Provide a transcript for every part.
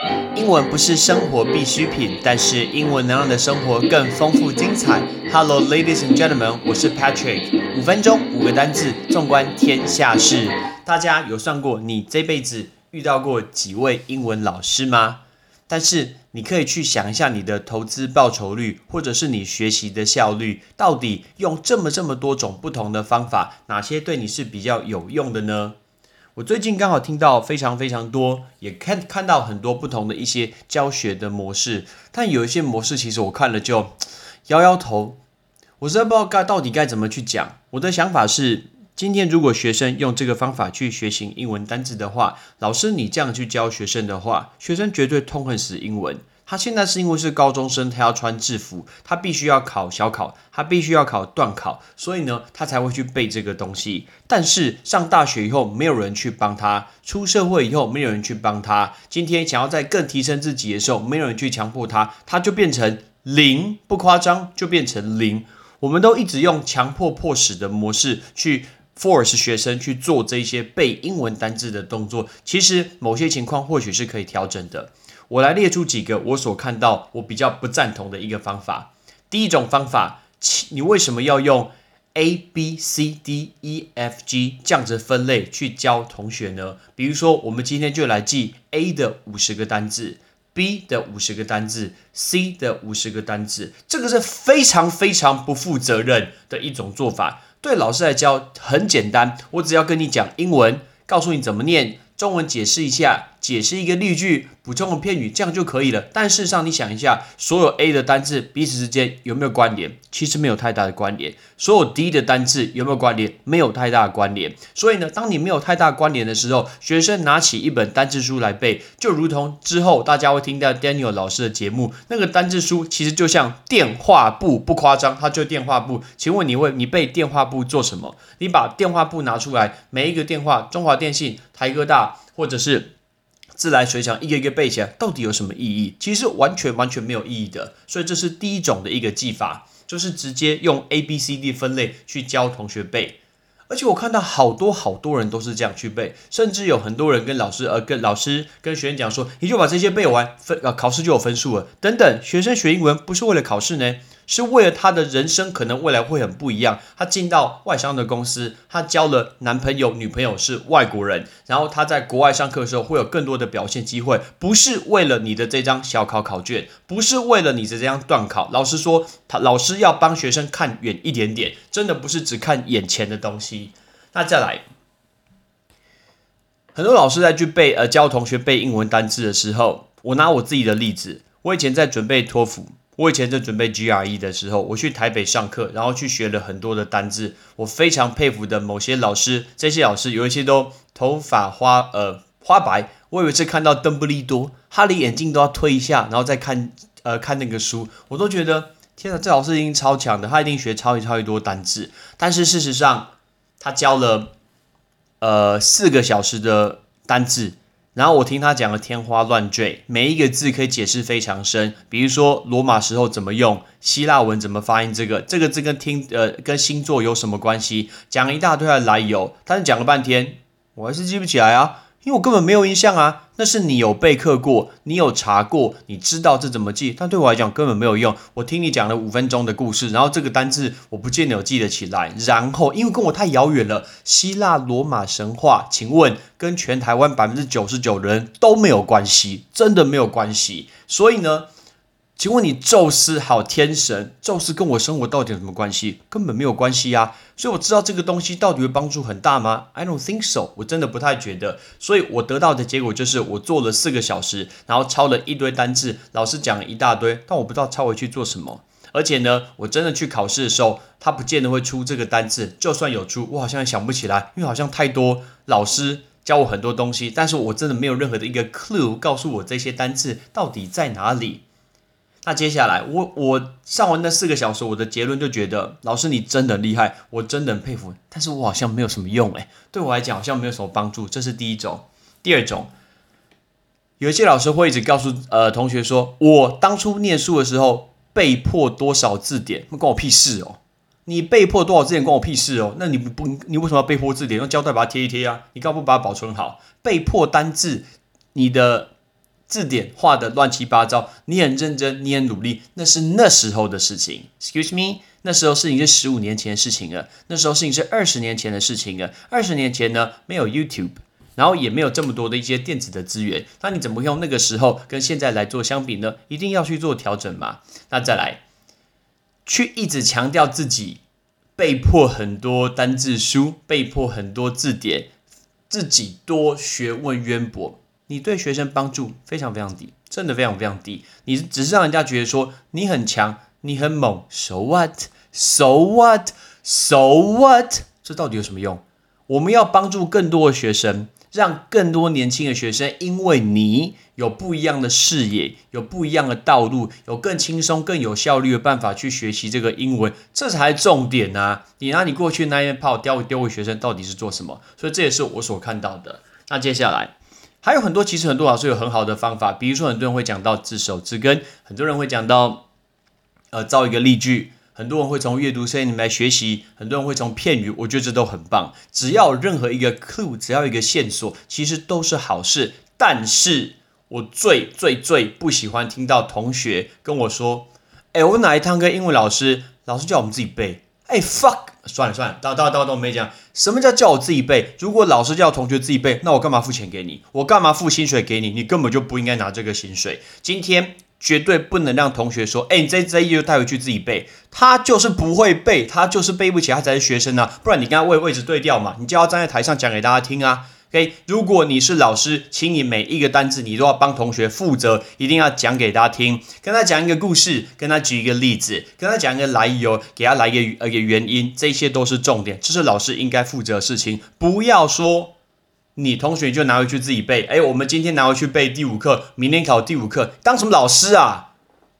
英文不是生活必需品，但是英文能让你的生活更丰富精彩。Hello, ladies and gentlemen， 我是 Patrick。5分钟5个单字，纵观天下事。大家有算过你这辈子遇到过几位英文老师吗？但是你可以去想一下你的投资报酬率，或者是你学习的效率，到底用这么多种不同的方法，哪些对你是比较有用的呢？我最近刚好听到非常多，也看到很多不同的一些教学的模式，但有一些模式其实我看了就摇头，我真的不知道到底该怎么去讲。我的想法是，今天如果学生用这个方法去学习英文单字的话，老师你这样去教学生的话，学生绝对痛恨死英文。他现在是因为是高中生，他要穿制服，他必须要考小考，他必须要考段考，所以呢，他才会去背这个东西。但是上大学以后，没有人去帮他；出社会以后，没有人去帮他。今天想要再更提升自己的时候，没有人去强迫他，他就变成零，不夸张，就变成零。我们都一直用强迫迫使的模式去force 学生去做这些背英文单字的动作，其实某些情况或许是可以调整的。我来列出几个我所看到我比较不赞同的一个方法。第一种方法，你为什么要用 A B C D E F G 这样子分类去教同学呢？比如说我们今天就来记 A 的50个单字， B 的50个单字， C 的50个单字，这个是非常不负责任的一种做法。对老师来教很简单，我只要跟你讲英文，告诉你怎么念，中文解释一下，解释一个例句，补充个片语，这样就可以了。但事实上你想一下，所有 A 的单字彼此之间有没有关联？其实没有太大的关联。所有 D 的单字有没有关联？没有太大的关联。所以呢，当你没有太大关联的时候，学生拿起一本单字书来背，就如同之后大家会听到 Daniel 老师的节目，那个单字书其实就像电话簿，不夸张，它就电话簿。请问你背电话簿做什么？你把电话簿拿出来，每一个电话，中华电信、台哥大，或者是自来水厂，一个一个背起来，到底有什么意义？其实完全没有意义的。所以这是第一种的一个记法，就是直接用 A、B、C、D 分类去教同学背。而且我看到好多人都是这样去背，甚至有很多人跟老师跟学生讲说，你就把这些背完，考试就有分数了。等等，学生学英文不是为了考试呢，是为了他的人生可能未来会很不一样。他进到外商的公司，他交了男朋友女朋友是外国人，然后他在国外上课的时候会有更多的表现机会，不是为了你的这张小考考卷，不是为了你的这张段考。老师说，老师要帮学生看远一点点，真的不是只看眼前的东西。那再来，很多老师在去教同学背英文单字的时候，我拿我自己的例子，我以前在准备托福，我以前在准备 GRE 的时候，我去台北上课，然后去学了很多的单字。我非常佩服的某些老师，这些老师有一些都头发花白，我有一次看到邓布利多，他的眼镜都要推一下，然后再看那个书，我都觉得天哪，这老师一定超强的，他一定学超级多单字。但是事实上，他教了4个小时的单字，然后我听他讲的天花乱坠，每一个字可以解释非常深。比如说罗马时候怎么用，希腊文怎么发音，这个字跟星座有什么关系，讲一大堆的来由，但是讲了半天，我还是记不起来啊。因为我根本没有印象啊，那是你有备课过，你有查过，你知道这怎么记，但对我来讲根本没有用。我听你讲了5分钟的故事，然后这个单字我不见得有记得起来，然后因为跟我太遥远了，希腊罗马神话，请问跟全台湾99%的人都没有关系，真的没有关系。所以呢，请问你宙斯好天神，宙斯跟我生活到底有什么关系？根本没有关系啊！所以我知道这个东西到底会帮助很大吗？ I don't think so， 我真的不太觉得。所以我得到的结果就是我做了4个小时，然后抄了一堆单字，老师讲了一大堆，但我不知道抄回去做什么。而且呢，我真的去考试的时候，他不见得会出这个单字，就算有出，我好像也想不起来，因为好像太多老师教我很多东西，但是我真的没有任何的一个 clue 告诉我这些单字到底在哪里。那接下来我上完那4个小时，我的结论就觉得老师你真的厉害，我真的很佩服，但是我好像没有什么用对我来讲好像没有什么帮助，这是第一种。第二种，有一些老师会一直告诉同学说，我当初念书的时候被迫多少字典，那关我屁事哦。你被迫多少字典关我屁事哦？那你为什么要被迫字典？用胶带把它贴一贴啊？你干嘛不把它保存好？被迫单字，你的字典画的乱七八糟，你很认真，你很努力，那是那时候的事情。Excuse me， 那时候事情是15年前的事情了，那时候事情是20年前的事情了。20年前呢，没有 YouTube， 然后也没有这么多的一些电子的资源，那你怎么用那个时候跟现在来做相比呢？一定要去做调整嘛。那再来，去一直强调自己被迫很多单字书，被迫很多字典，自己多学问渊博，你对学生帮助非常非常低，真的非常非常低。你只是让人家觉得说你很强，你很猛 ，so what？ So what？ So what？ 这到底有什么用？我们要帮助更多的学生，让更多年轻的学生，因为你有不一样的视野，有不一样的道路，有更轻松、更有效率的办法去学习这个英文，这才是重点啊！你拿你过去那一炮丢给学生，到底是做什么？所以这也是我所看到的。那接下来还有很多，其实很多老师有很好的方法，比如说很多人会讲到字首字根，很多人会讲到造一个例句。很多人会从阅读声音来学习，很多人会从片语，我觉得这都很棒。只要有任何一个 clue， 只要有一个线索，其实都是好事。但是我最不喜欢听到同学跟我说：“我哪一堂跟英文老师叫我们自己背。”fuck， 算了，都没讲。什么叫我自己背？如果老师叫同学自己背，那我干嘛付钱给你？我干嘛付薪水给你？你根本就不应该拿这个薪水。今天绝对不能让同学说，你这一页就带回去自己背，他就是不会背，他就是背不起，他才是学生啊，不然你跟他位置对调嘛，你就要站在台上讲给大家听啊。OK， 如果你是老师，请你每一个单字你都要帮同学负责，一定要讲给他听，跟他讲一个故事，跟他举一个例子，跟他讲一个来由，给他来一个原因，这些都是重点，这是老师应该负责的事情，不要说你同学就拿回去自己背，我们今天拿回去背第5课，明天考第5课，当什么老师啊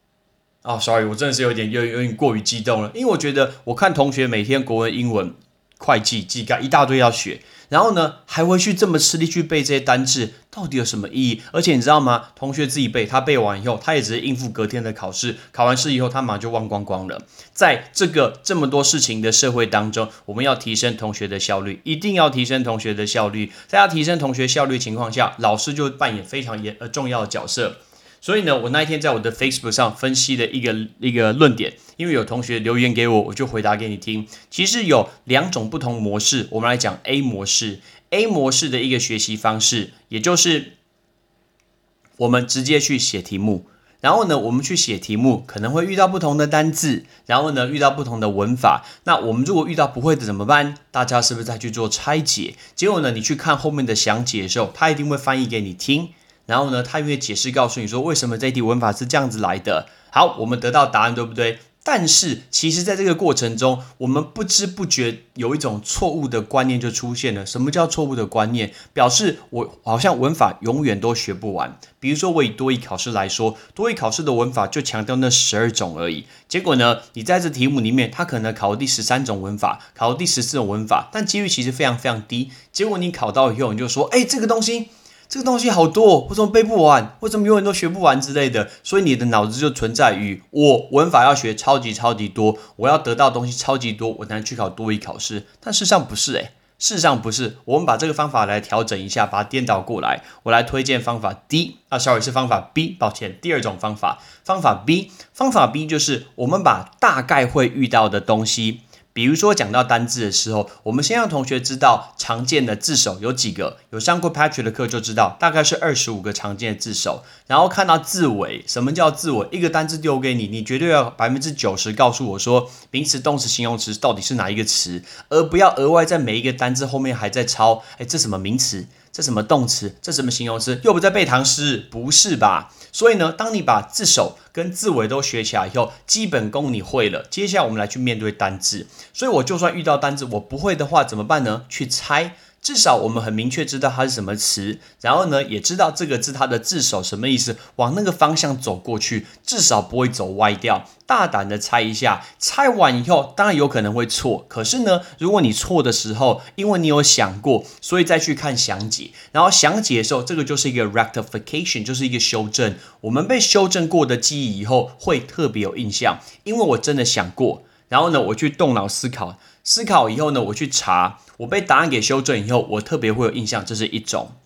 ？sorry， 我真的是有点过于激动了，因为我觉得我看同学每天国文、英文、会计、技概一大堆要学，然后呢还会去这么吃力去背这些单字，到底有什么意义？而且你知道吗？同学自己背，他背完以后，他也只是应付隔天的考试，考完试以后他马上就忘光光了。在这么多事情的社会当中，我们要提升同学的效率，一定要提升同学的效率。在要提升同学效率的情况下，老师就扮演非常重要的角色。所以呢，我那一天在我的 Facebook 上分析了一个论点，因为有同学留言给我，我就回答给你听。其实有2种不同模式，我们来讲 A 模式。A 模式的一个学习方式，也就是我们直接去写题目，然后呢，我们去写题目可能会遇到不同的单字，然后呢，遇到不同的文法。那我们如果遇到不会的怎么办？大家是不是再去做拆解？结果呢，你去看后面的详解的时候，他一定会翻译给你听。然后呢，他也会解释告诉你说为什么这一题文法是这样子来的。好，我们得到答案，对不对？但是其实在这个过程中，我们不知不觉有一种错误的观念就出现了。什么叫错误的观念？表示我好像文法永远都学不完。比如说我以多益考试来说，多益考试的文法就强调那12种而已。结果呢，你在这题目里面，他可能考第13种文法，考第14种文法，但几率其实非常非常低。结果你考到以后，你就说，这个东西好多，为什么背不完？为什么永远都学不完之类的？所以你的脑子就存在于我文法要学超级多，我要得到的东西超级多，我才能去考多益考试。但事实上不是事实上不是。我们把这个方法来调整一下，把它颠倒过来。我来推荐方法 D，sorry 是方法 B， 抱歉，第2种方法。方法 B 就是我们把大概会遇到的东西。比如说讲到单字的时候，我们先让同学知道常见的字首有几个，有上过 Patrick 的课就知道，大概是25个常见的字首。然后看到字尾，什么叫字尾？一个单字丢给你，你绝对要90%告诉我说名词、动词、形容词到底是哪一个词，而不要额外在每一个单字后面还在抄，这什么名词？这什么动词？这什么形容词？又不在背唐诗，不是吧？所以呢，当你把字首跟字尾都学起来以后，基本功你会了。接下来我们来去面对单字。所以我就算遇到单字我不会的话，怎么办呢？去猜。至少我们很明确知道它是什么词，然后呢，也知道这个字它的字首什么意思，往那个方向走过去，至少不会走歪掉。大胆的猜一下，猜完以后当然有可能会错，可是呢，如果你错的时候，因为你有想过，所以再去看详解，然后详解的时候，这个就是一个 rectification， 就是一个修正。我们被修正过的记忆以后会特别有印象，因为我真的想过，然后呢，我去动脑思考以后呢，我去查，我被答案给修正以后，我特别会有印象，这是一种。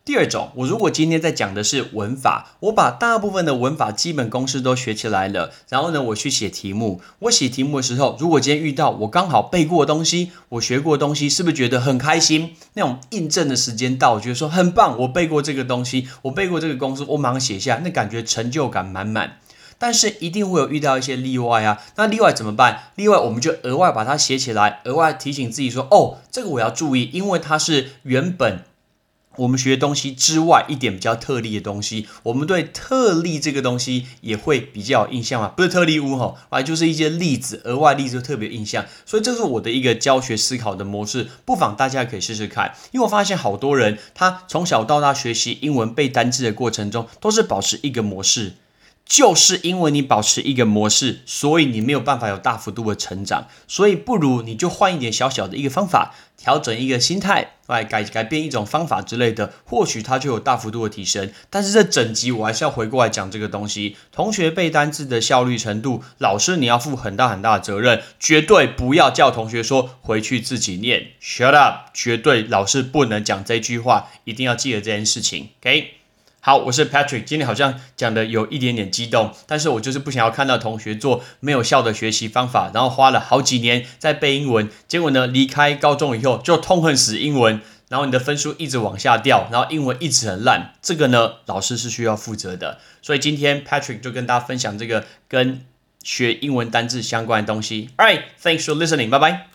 第二种，我如果今天在讲的是文法，我把大部分的文法基本公式都学起来了，然后呢，我去写题目。我写题目的时候，如果今天遇到我刚好背过的东西，我学过的东西，是不是觉得很开心？那种印证的时间到，我觉得说很棒，我背过这个东西，我背过这个公式，我马上写下，那感觉成就感满满。但是一定会有遇到一些例外啊，那例外怎么办？例外我们就额外把它写起来，额外提醒自己说，哦，这个我要注意，因为它是原本我们学的东西之外一点比较特例的东西，我们对特例这个东西也会比较有印象嘛，不是特例屋就是一些例子，额外例子特别有印象，所以这是我的一个教学思考的模式，不妨大家可以试试看，因为我发现好多人他从小到大学习英文背单字的过程中，都是保持一个模式。就是因为你保持一个模式，所以你没有办法有大幅度的成长，所以不如你就换一点小小的一个方法，调整一个心态，改变一种方法之类的，或许它就有大幅度的提升。但是这整集我还是要回过来讲这个东西，同学背单字的效率程度，老师你要负很大的责任，绝对不要叫同学说回去自己念 ，shut up， 绝对老师不能讲这句话，一定要记得这件事情 ，OK。好，我是 Patrick， 今天好像讲的有一点点激动，但是我就是不想要看到同学做没有效的学习方法，然后花了好几年在背英文，结果呢离开高中以后就痛恨死英文，然后你的分数一直往下掉，然后英文一直很烂，这个呢老师是需要负责的。所以今天 Patrick 就跟大家分享这个跟学英文单字相关的东西。Alright, thanks for listening， 拜拜。